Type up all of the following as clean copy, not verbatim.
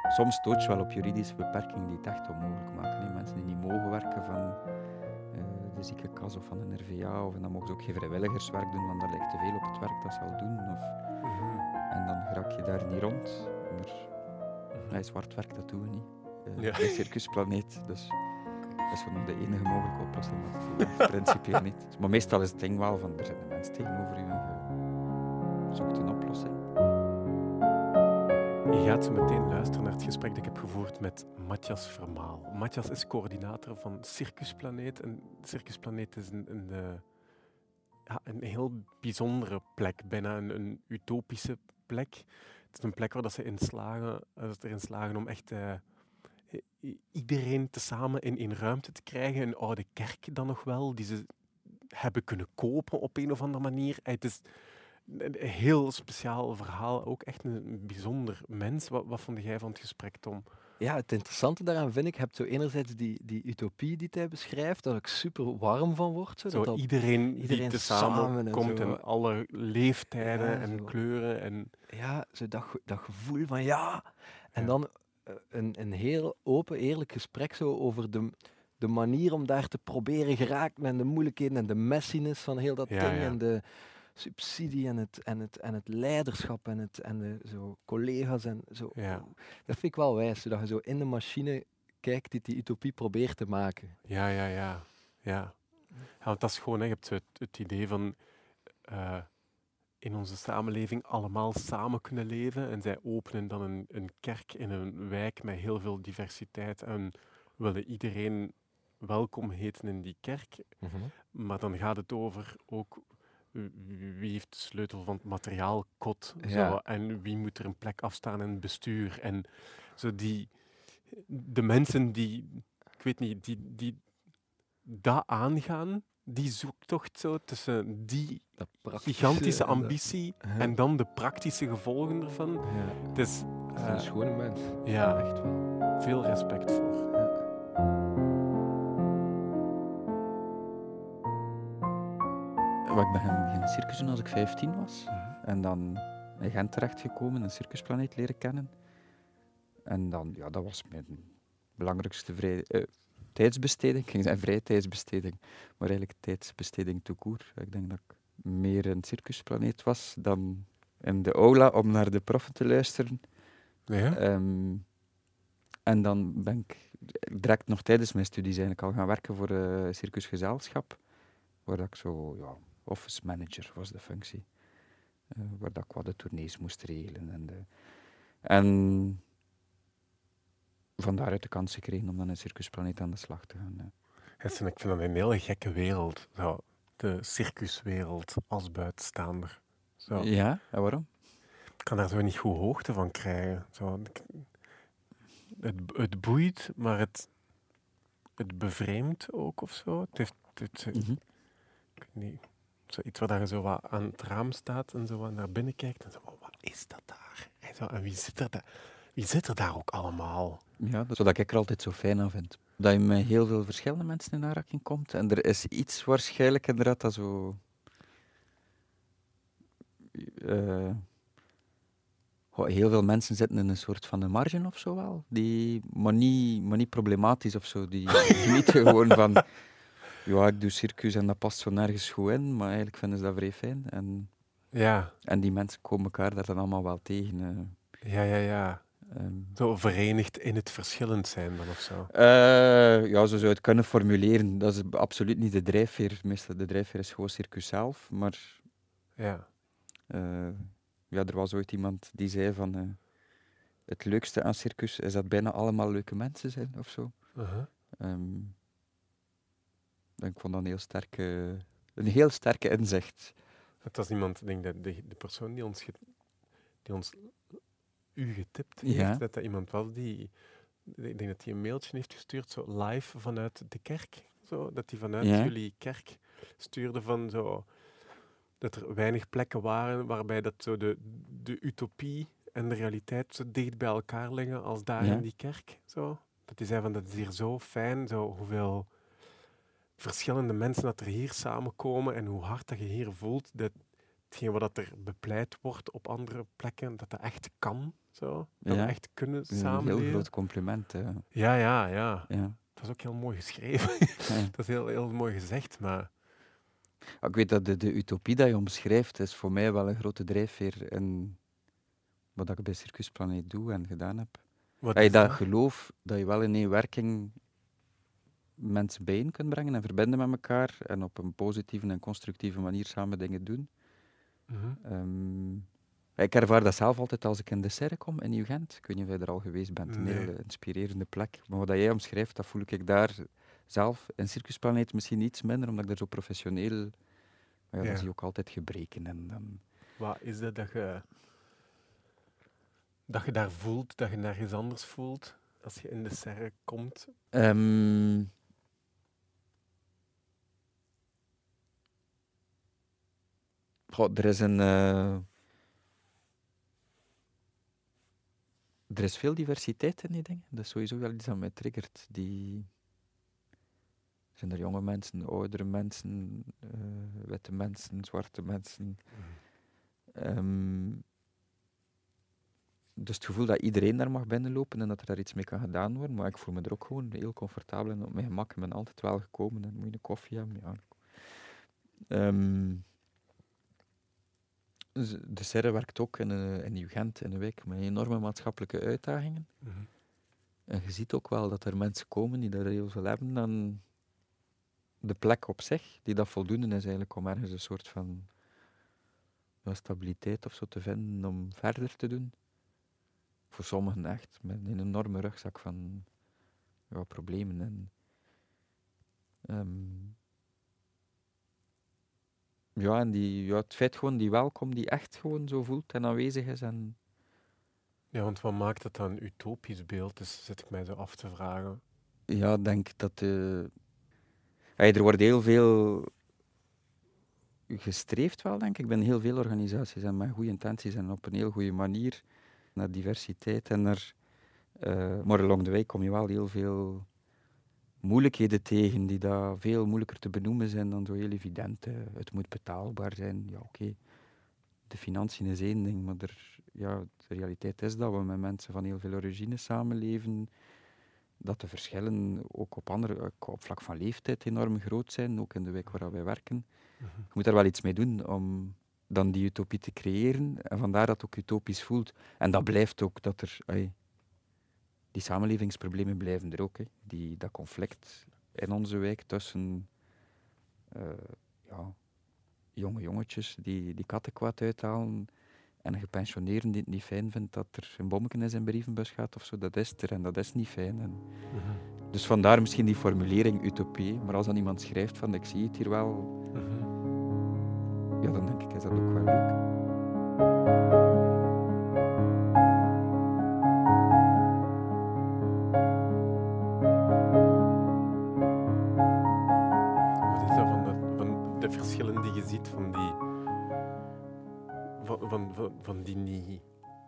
Soms stoot je wel op juridische beperkingen die het echt onmogelijk maken. Hè. Mensen die niet mogen werken van de ziekenkas of van een RVA, of, en dan mogen ze ook geen vrijwilligerswerk doen, want dat lijkt te veel op het werk dat ze al doen. Of, en dan raak je daar niet rond. Maar zwart werk, dat doen we niet. Bij Circusplaneet. Dus dat is nog de enige mogelijke oplossing. Dat is principieel niet. Maar meestal is het ding wel van, er zitten mensen tegenover u en je zoekt een oplossing. Je gaat zo meteen luisteren naar het gesprek dat ik heb gevoerd met Matthias Vermaal. Matthias is coördinator van Circusplaneet. En Circusplaneet is een heel bijzondere plek, bijna een utopische plek. Het is een plek waar dat ze erin slagen om echt iedereen tezamen in één ruimte te krijgen. Een oude kerk dan nog wel, die ze hebben kunnen kopen op een of andere manier. Het is een heel speciaal verhaal, ook echt een bijzonder mens. Wat vond jij van het gesprek, Tom? Ja, het interessante daaraan vind ik, je hebt zo enerzijds die utopie die hij beschrijft, daar ik super warm van word. Zo iedereen die tezamen samen komt en in alle leeftijden Ja, en zo. kleuren. En Ja, zo dat gevoel van ja. En Ja. dan een heel open, eerlijk gesprek zo over de manier om daar te proberen geraken en de moeilijkheden en de messiness van heel dat Ja, ding ja. en de subsidie en het leiderschap en de zo collega's en zo. Ja. Dat vind ik wel wijs, zodat je zo in de machine kijkt die utopie probeert te maken. Ja, want dat is gewoon, hè, je hebt zo het idee van in onze samenleving allemaal samen kunnen leven. En zij openen dan een kerk in een wijk met heel veel diversiteit en willen iedereen welkom heten in die kerk. Maar dan gaat het over ook wie heeft de sleutel van het materiaalkot Ja. zo, en wie moet er een plek afstaan in het bestuur. En zo de mensen die, ik weet niet, die dat aangaan, die zoektocht zo tussen die Dat praktische gigantische en dat- ambitie Ja. en dan de praktische gevolgen ervan. Ja. Het is Dat is een schone mens. ja, Echt wel. veel respect voor. Ik ben beginnen circussen als ik 15 was. En dan in Gent terechtgekomen en Circusplaneet leren kennen. En dan, ja, dat was mijn belangrijkste tijdsbesteding. Ik ging zeggen vrije tijdsbesteding, maar eigenlijk tijdsbesteding tout court. Ik denk dat ik meer een Circusplaneet was dan in de aula om naar de proffen te luisteren. Ja? En dan ben ik direct nog tijdens mijn studies eigenlijk al gaan werken voor een circusgezelschap, waar dat ik zo, ja, office manager was de functie. Waar dat ik wat de tournees moest regelen. En van daaruit de kans gekregen om dan in Circusplaneet aan de slag te gaan. Ik vind dat een hele gekke wereld, zo, de circuswereld als buitenstaander. Zo. Ja, en waarom? Ik kan daar zo niet goed hoogte van krijgen. Zo, het boeit, maar het bevreemdt ook of zo. Het heeft ik weet niet, zoiets waar je zo wat aan het raam staat en zo wat naar binnen kijkt en zo, wat is dat daar? En, zo, en wie zit er daar ook allemaal? Ja, dat is wat ik er altijd zo fijn aan vind. Dat je met heel veel verschillende mensen in aanraking komt. En er is iets waarschijnlijk inderdaad dat zo... heel veel mensen zitten in een soort van een marge of zo wel. Maar niet problematisch of zo. Die genieten gewoon van... Ja, ik doe circus en dat past zo nergens goed in. Maar eigenlijk vinden ze dat vrij fijn. En die mensen komen elkaar daar dan allemaal wel tegen. Ja. Zo verenigd in het verschillend zijn dan of zo. Ja, zo zou je het kunnen formuleren. Dat is absoluut niet de drijfveer. Meestal de drijfveer is gewoon circus zelf. Maar ja, er was ooit iemand die zei van... het leukste aan circus is dat bijna allemaal leuke mensen zijn, of zo. Ik vond dat een heel sterke inzicht. Het was iemand, ik denk dat de persoon die ons u getipt heeft, Ja. dat iemand was die... Ik denk dat hij een mailtje heeft gestuurd, zo live vanuit de kerk. Zo, dat hij vanuit jullie kerk stuurde van zo... Dat er weinig plekken waren waarbij dat zo de utopie en de realiteit zo dicht bij elkaar liggen als daar in die kerk. Zo. Dat hij zei van, dat is hier zo fijn, zo hoeveel verschillende mensen dat er hier samenkomen en hoe hard dat je hier voelt, dat hetgeen wat er bepleit wordt op andere plekken, dat echt kan. Zo. Dat Ja. we echt kunnen Een heel samenleven. groot compliment. Ja. Ja. Dat is ook heel mooi geschreven. Ja. Dat is heel mooi gezegd, maar... Ik weet dat de utopie dat je omschrijft, is voor mij wel een grote drijfveer in wat ik bij Circus Planeet doe en gedaan heb. Wat Dat je is dat geloof dat je wel in één werking mensen bijeen kunt brengen en verbinden met elkaar en op een positieve en constructieve manier samen dingen doen. Mhm. Ik ervaar dat zelf altijd als ik in de Serre kom in Gent. Ik weet niet of je er al geweest bent, een Nee. hele inspirerende plek. Maar wat jij omschrijft, dat voel ik daar zelf. In Circus Planeet misschien iets minder, omdat ik daar zo professioneel... Maar ja, Ja. dan zie je ook altijd gebreken. En dan... Wat is dat je daar voelt, dat je nergens anders voelt, als je in de serre komt? Er is er is veel diversiteit in die dingen. Dat is sowieso wel iets dat mij triggert. Zijn er jonge mensen, oudere mensen, witte mensen, zwarte mensen. Dus het gevoel dat iedereen daar mag binnenlopen en dat er daar iets mee kan gedaan worden. Maar ik voel me er ook gewoon heel comfortabel en op mijn gemak. Ik ben altijd wel gekomen en moet je een koffie hebben. Ja. Dus de Serre werkt ook in Gent, in de wijk, met enorme maatschappelijke uitdagingen. Mhm. En je ziet ook wel dat er mensen komen die daar heel veel hebben dan de plek op zich, die dat voldoende is eigenlijk om ergens een soort van stabiliteit of zo te vinden om verder te doen. Voor sommigen echt, met een enorme rugzak van problemen. En het feit gewoon die welkom, die echt gewoon zo voelt en aanwezig is. En Ja, want wat maakt dat dan een utopisch beeld? Dus zit ik mij zo af te vragen. ja, ik denk dat... er wordt heel veel gestreefd wel, denk ik. Ik ben heel veel organisaties en met goede intenties en op een heel goede manier naar diversiteit en naar... maar along the way kom je wel heel veel moeilijkheden tegen die daar veel moeilijker te benoemen zijn dan zo heel evident. Het moet betaalbaar zijn. Ja, oké. De financiën is één ding, maar de realiteit is dat we met mensen van heel veel origines samenleven, dat de verschillen ook op vlak van leeftijd enorm groot zijn, ook in de wijk waar wij werken. Mhm. Je moet daar wel iets mee doen om dan die utopie te creëren en vandaar dat het ook utopisch voelt. En dat blijft ook dat er... die samenlevingsproblemen blijven er ook. Dat conflict in onze wijk tussen jonge jongetjes die kattenkwaad uithalen en een gepensioneerde die het niet fijn vindt dat er een bommetje in zijn brievenbus gaat of zo. Dat is er en dat is niet fijn. Mhm. Dus vandaar misschien die formulering utopie. Maar als dan iemand schrijft van ik zie het hier wel, Mhm. ja, dan denk ik is dat ook wel leuk. Wat is dat van de verschillen die je ziet van die niet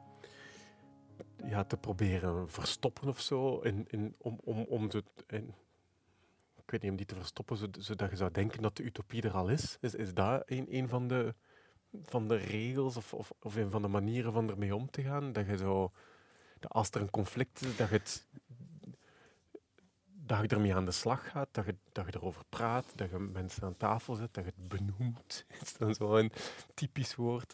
te proberen verstoppen of zo, ik weet niet, om die te verstoppen zodat je zou denken dat de utopie er al is? Is dat een van de regels of een van de manieren van ermee om te gaan? Dat je zo, dat als er een conflict is, dat je ermee aan de slag gaat, dat je erover praat, dat je mensen aan tafel zet, dat je het benoemt. Is dan zo een typisch woord?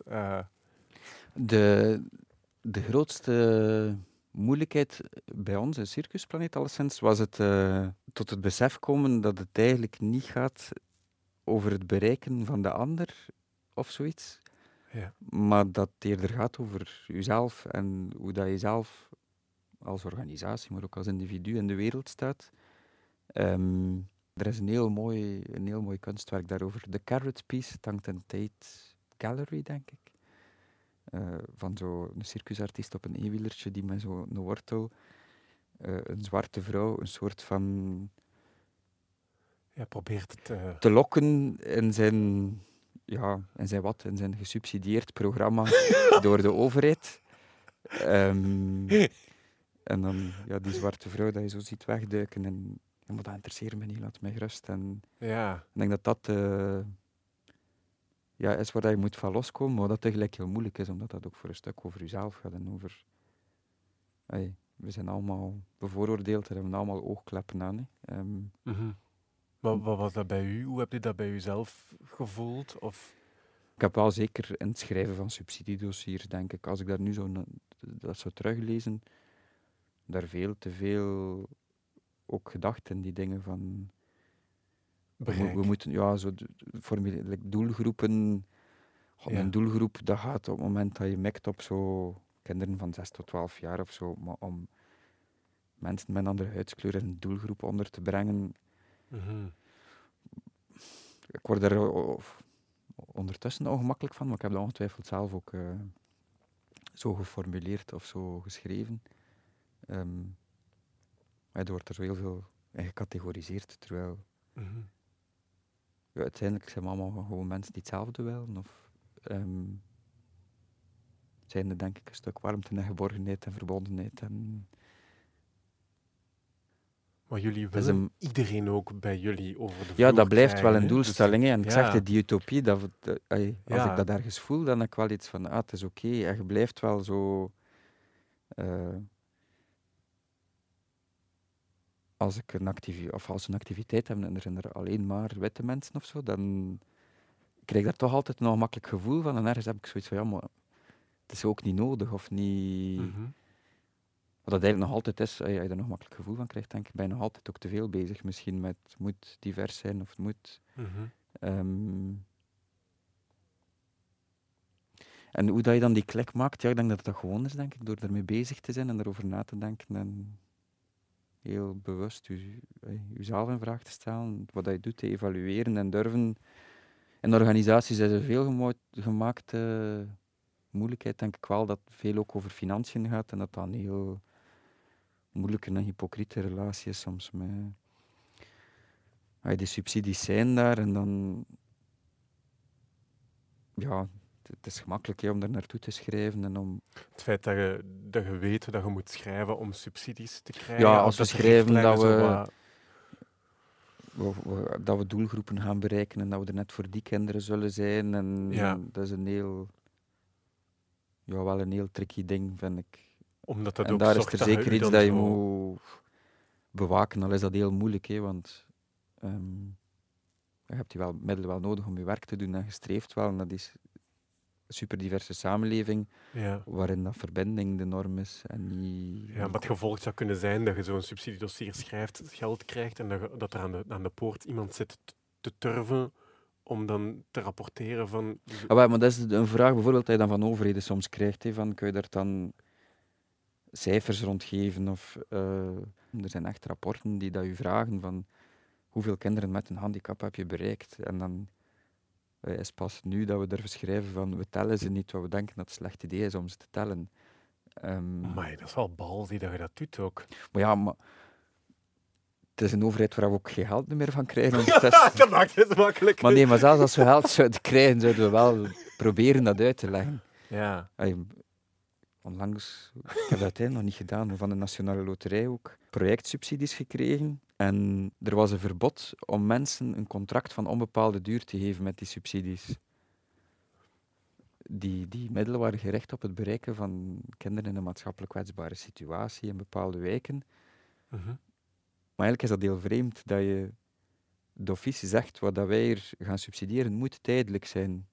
De grootste moeilijkheid bij ons in Circus Planeet alleszins was het tot het besef komen dat het eigenlijk niet gaat over het bereiken van de ander of zoiets, Ja. maar dat het eerder gaat over jezelf en hoe dat je zelf als organisatie, maar ook als individu in de wereld staat. Er is een heel mooi kunstwerk daarover. The Carrot Piece, het hangt in Tate Gallery, denk ik. Van zo'n circusartiest op een eenwielertje die met zo'n wortel, een zwarte vrouw, een soort van... Ja, probeert het... te lokken in zijn gesubsidieerd programma door de overheid. En dan die zwarte vrouw dat je zo ziet wegduiken en dat interesseert me niet, laat mij gerust. En Ja. ik denk dat is waar je moet van loskomen, maar dat tegelijk heel moeilijk is, omdat dat ook voor een stuk over jezelf gaat en over... we zijn allemaal bevooroordeeld, we hebben allemaal oogkleppen aan. Hè. Mhm. Wat was dat bij u? Hoe heb je dat bij uzelf gevoeld? Of... Ik heb wel zeker in het schrijven van subsidiedossiers, denk ik, als ik daar nu dat zou teruglezen, daar veel te veel ook gedacht in die dingen van... We moeten, doelgroepen... Een doelgroep, dat gaat op het moment dat je mikt op zo kinderen van 6 tot 12 jaar of zo, maar om mensen met een andere huidskleur in een doelgroep onder te brengen... Ik word er ondertussen ongemakkelijk van, maar ik heb dat ongetwijfeld zelf ook zo geformuleerd of zo geschreven. Er wordt er zo heel veel in gecategoriseerd, terwijl uiteindelijk zijn we allemaal gewoon mensen die hetzelfde willen. Of zijn er denk ik een stuk warmte en geborgenheid en verbondenheid. Maar jullie willen iedereen ook bij jullie over de vloer Ja, dat blijft krijgen, wel een doelstelling. Dus, en ik zeg die utopie, als ik dat ergens voel, dan heb ik wel iets van, het is oké. En je blijft wel zo... als we een activiteit hebben en er zijn er alleen maar witte mensen of zo, dan krijg ik daar toch altijd een ongemakkelijk gevoel van. En ergens heb ik zoiets van, ja, maar het is ook niet nodig of niet... Wat dat eigenlijk nog altijd is, als je er nog makkelijk gevoel van krijgt, denk ik, ben je nog altijd ook te veel bezig misschien met het moet divers zijn of het moet... En hoe dat je dan die klik maakt, ik denk dat dat gewoon is, denk ik, door ermee bezig te zijn en erover na te denken en heel bewust jezelf in vraag te stellen, wat dat je doet, te evalueren en durven. In organisaties is er veel gemaakte moeilijkheid, denk ik wel, dat veel ook over financiën gaat en dat dan een heel moeilijke en hypocriete relatie is soms met... Die subsidies zijn daar en dan... Ja, het is gemakkelijk om daar naartoe te schrijven en om... Het feit dat je weet dat je moet schrijven om subsidies te krijgen... Ja, als we schrijven dat we doelgroepen gaan bereiken en dat we er net voor die kinderen zullen zijn. En dat is wel een heel tricky ding, vind ik. Omdat dat en ook daar is er zeker iets dat je moet bewaken, al is dat heel moeilijk, want je hebt die middelen wel nodig om je werk te doen en je streeft wel. En dat is een superdiverse samenleving, waarin dat verbinding de norm is en niet... Ja, maar het gevolg zou kunnen zijn dat je zo'n subsidiedossier schrijft, geld krijgt en dat er aan de poort iemand zit te turven om dan te rapporteren van... Maar dat is een vraag bijvoorbeeld die je dan van overheden soms krijgt. Van, kun je daar dan cijfers rondgeven? Of, er zijn echt rapporten die dat je vragen van hoeveel kinderen met een handicap heb je bereikt? En dan is pas nu dat we durven schrijven van we tellen ze niet, wat we denken dat het een slecht idee is om ze te tellen. Maar dat is wel balzie dat je dat doet ook. Maar het is een overheid waar we ook geen geld meer van krijgen. Dat maakt het makkelijk. Maar nee, maar zelfs als we geld zouden krijgen, zouden we wel proberen dat uit te leggen. Ja. Onlangs, ik heb dat uiteindelijk nog niet gedaan, van de Nationale Loterij ook projectsubsidies gekregen. En er was een verbod om mensen een contract van onbepaalde duur te geven met die subsidies. Die middelen waren gericht op het bereiken van kinderen in een maatschappelijk kwetsbare situatie in bepaalde wijken. Maar eigenlijk is dat heel vreemd dat je d'officie zegt wat dat wij hier gaan subsidiëren moet tijdelijk zijn.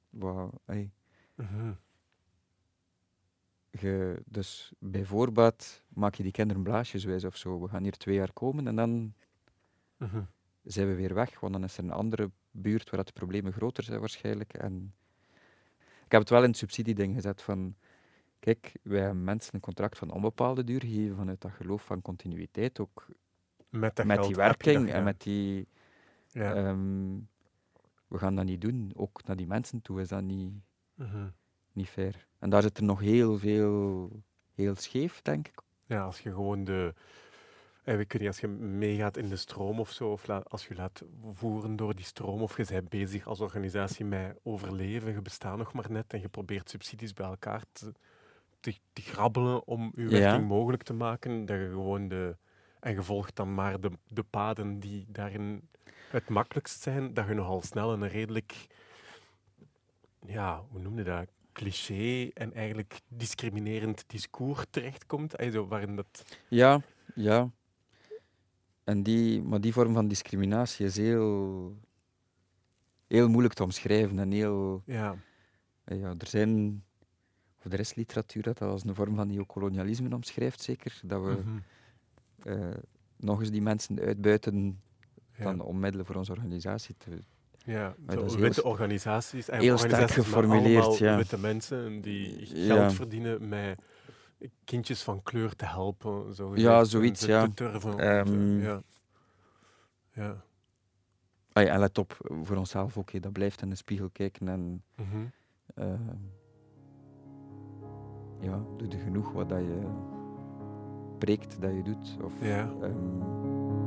Dus bij voorbaat maak je die kinderen blaasjeswijs of zo. We gaan hier 2 jaar komen en dan zijn we weer weg, want dan is er een andere buurt waar de problemen groter zijn waarschijnlijk. En ik heb het wel in het subsidieding gezet van, kijk, wij hebben mensen een contract van onbepaalde duur gegeven vanuit dat geloof van continuïteit, ook met die werking en met die... we gaan dat niet doen. Ook naar die mensen toe is dat niet fair. En daar zit er nog heel veel heel scheef, denk ik. Ja, als je gewoon als je meegaat in de stroom of zo, of als je laat voeren door die stroom, of je bent bezig als organisatie met overleven, je bestaat nog maar net en je probeert subsidies bij elkaar te grabbelen om je werking mogelijk te maken, dat je gewoon en je volgt dan maar de paden die daarin het makkelijkst zijn, dat je nogal snel in een redelijk ja, hoe noem je dat? Cliché en eigenlijk discriminerend discours terechtkomt. Zo, waarin dat... Ja, ja. Maar die vorm van discriminatie is heel moeilijk te omschrijven. En Ja, er is literatuur dat als een vorm van neocolonialisme omschrijft, zeker. Dat we mhm, nog eens die mensen uitbuiten ja, dan om middelen voor onze organisatie te... ja. Maar Zo dat is witte organisaties. heel sterk Organisaties met geformuleerd, allemaal ja. witte mensen die geld Ja. verdienen met kindjes van kleur te helpen. Zo Ja, gezegd, zoiets, en ze ja. te turven. Ehm, Ja. En let op, voor onszelf ook, dat blijft in de spiegel kijken en Mhm. doe je genoeg wat dat je preekt, dat je doet. Of, Ja.